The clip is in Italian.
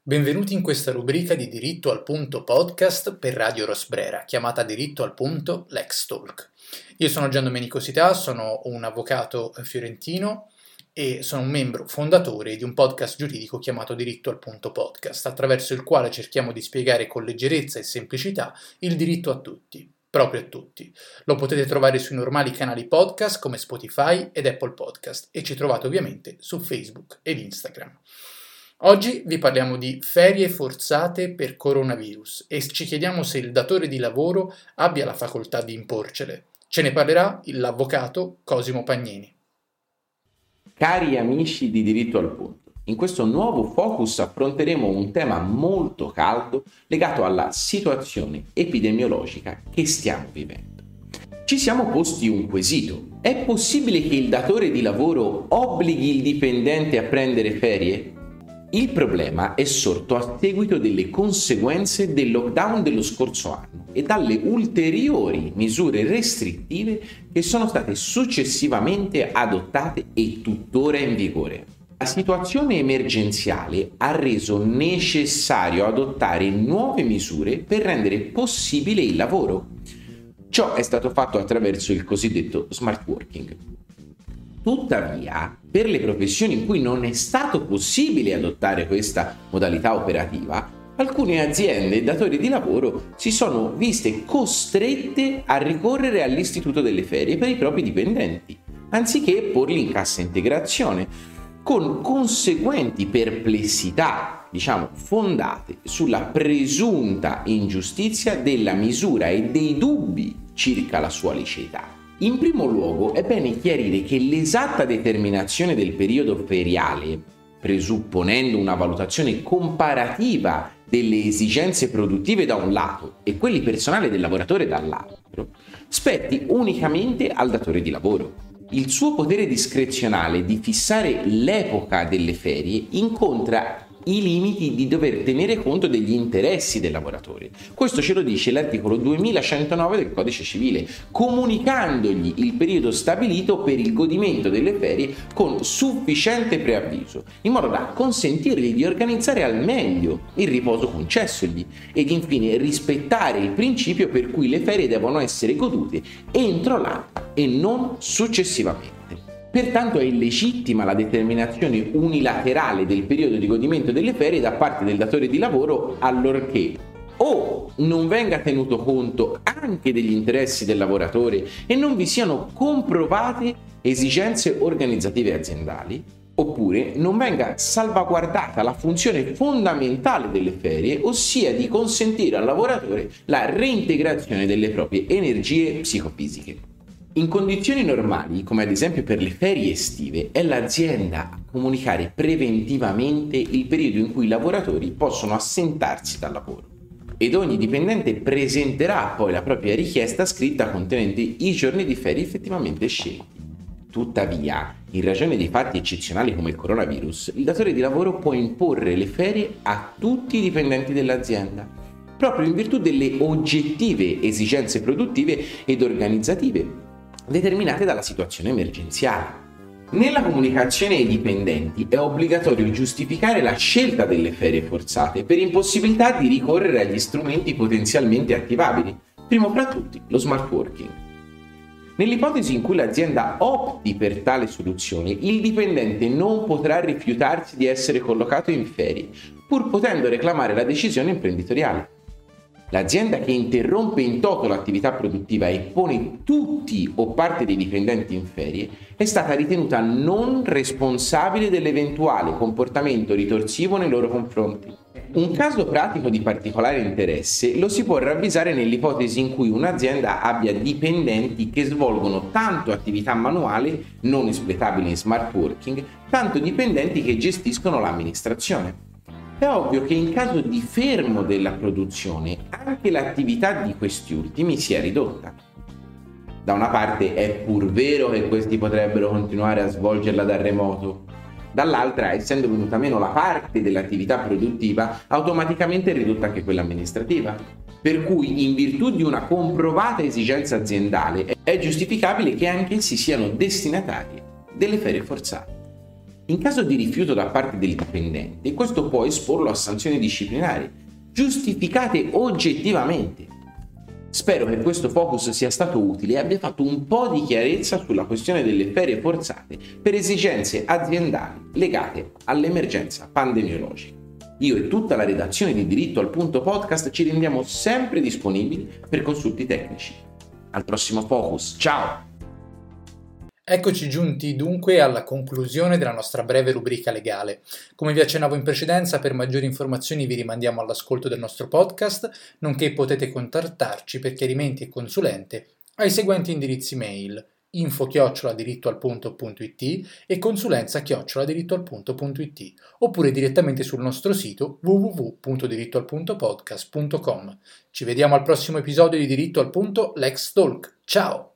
Benvenuti in questa rubrica di Diritto al Punto podcast per Radio Rosbrera, chiamata Diritto al Punto Lex Talk. Io sono Gian Domenico Sità, sono un avvocato fiorentino e sono un membro fondatore di un podcast giuridico chiamato Diritto al Punto podcast, attraverso il quale cerchiamo di spiegare con leggerezza e semplicità il diritto a tutti. Proprio a tutti. Lo potete trovare sui normali canali podcast come Spotify ed Apple Podcast e ci trovate ovviamente su Facebook ed Instagram. Oggi vi parliamo di ferie forzate per coronavirus e ci chiediamo se il datore di lavoro abbia la facoltà di imporcele. Ce ne parlerà l'avvocato Cosimo Pagnini. Cari amici di Diritto al Punto, in questo nuovo focus affronteremo un tema molto caldo legato alla situazione epidemiologica che stiamo vivendo. Ci siamo posti un quesito: è possibile che il datore di lavoro obblighi il dipendente a prendere ferie? Il problema è sorto a seguito delle conseguenze del lockdown dello scorso anno e dalle ulteriori misure restrittive che sono state successivamente adottate e tuttora in vigore. La situazione emergenziale ha reso necessario adottare nuove misure per rendere possibile il lavoro. Ciò è stato fatto attraverso il cosiddetto smart working. Tuttavia, per le professioni in cui non è stato possibile adottare questa modalità operativa, alcune aziende e datori di lavoro si sono viste costrette a ricorrere all'istituto delle ferie per i propri dipendenti, anziché porli in cassa integrazione, con conseguenti perplessità, fondate sulla presunta ingiustizia della misura e dei dubbi circa la sua liceità. In primo luogo è bene chiarire che l'esatta determinazione del periodo feriale, presupponendo una valutazione comparativa delle esigenze produttive da un lato e quelli personali del lavoratore dall'altro, spetti unicamente al datore di lavoro. Il suo potere discrezionale di fissare l'epoca delle ferie incontra i limiti di dover tenere conto degli interessi del lavoratore. Questo ce lo dice l'articolo 2109 del Codice Civile, comunicandogli il periodo stabilito per il godimento delle ferie con sufficiente preavviso, in modo da consentirgli di organizzare al meglio il riposo concessogli ed infine rispettare il principio per cui le ferie devono essere godute entro l'anno e non successivamente. Pertanto è illegittima la determinazione unilaterale del periodo di godimento delle ferie da parte del datore di lavoro allorché o non venga tenuto conto anche degli interessi del lavoratore e non vi siano comprovate esigenze organizzative aziendali, oppure non venga salvaguardata la funzione fondamentale delle ferie, ossia di consentire al lavoratore la reintegrazione delle proprie energie psicofisiche. In condizioni normali, come ad esempio per le ferie estive, è l'azienda a comunicare preventivamente il periodo in cui i lavoratori possono assentarsi dal lavoro ed ogni dipendente presenterà poi la propria richiesta scritta contenente i giorni di ferie effettivamente scelti. Tuttavia, in ragione di fatti eccezionali come il coronavirus, il datore di lavoro può imporre le ferie a tutti i dipendenti dell'azienda, proprio in virtù delle oggettive esigenze produttive ed organizzative determinate dalla situazione emergenziale. Nella comunicazione ai dipendenti è obbligatorio giustificare la scelta delle ferie forzate per impossibilità di ricorrere agli strumenti potenzialmente attivabili, primo fra tutti lo smart working. Nell'ipotesi in cui l'azienda opti per tale soluzione, il dipendente non potrà rifiutarsi di essere collocato in ferie, pur potendo reclamare la decisione imprenditoriale. L'azienda che interrompe in toto l'attività produttiva e pone tutti o parte dei dipendenti in ferie è stata ritenuta non responsabile dell'eventuale comportamento ritorsivo nei loro confronti. Un caso pratico di particolare interesse lo si può ravvisare nell'ipotesi in cui un'azienda abbia dipendenti che svolgono tanto attività manuale non espletabili in smart working, tanto dipendenti che gestiscono l'amministrazione. È ovvio che in caso di fermo della produzione anche l'attività di questi ultimi sia ridotta. Da una parte è pur vero che questi potrebbero continuare a svolgerla da remoto, dall'altra, essendo venuta meno la parte dell'attività produttiva, automaticamente è ridotta anche quella amministrativa. Per cui, in virtù di una comprovata esigenza aziendale, è giustificabile che anche essi siano destinatari delle ferie forzate. In caso di rifiuto da parte del dipendente, questo può esporlo a sanzioni disciplinari, giustificate oggettivamente. Spero che questo focus sia stato utile e abbia fatto un po' di chiarezza sulla questione delle ferie forzate per esigenze aziendali legate all'emergenza pandemiologica. Io e tutta la redazione di Diritto al Punto Podcast ci rendiamo sempre disponibili per consulti tecnici. Al prossimo focus, ciao! Eccoci giunti dunque alla conclusione della nostra breve rubrica legale. Come vi accennavo in precedenza, per maggiori informazioni vi rimandiamo all'ascolto del nostro podcast, nonché potete contattarci per chiarimenti e consulenze ai seguenti indirizzi mail: info@dirittoalpunto.it e consulenza@dirittoalpunto.it, oppure direttamente sul nostro sito www.dirittoalpuntopodcast.com. Ci vediamo al prossimo episodio di Diritto al Punto Lex Talk. Ciao!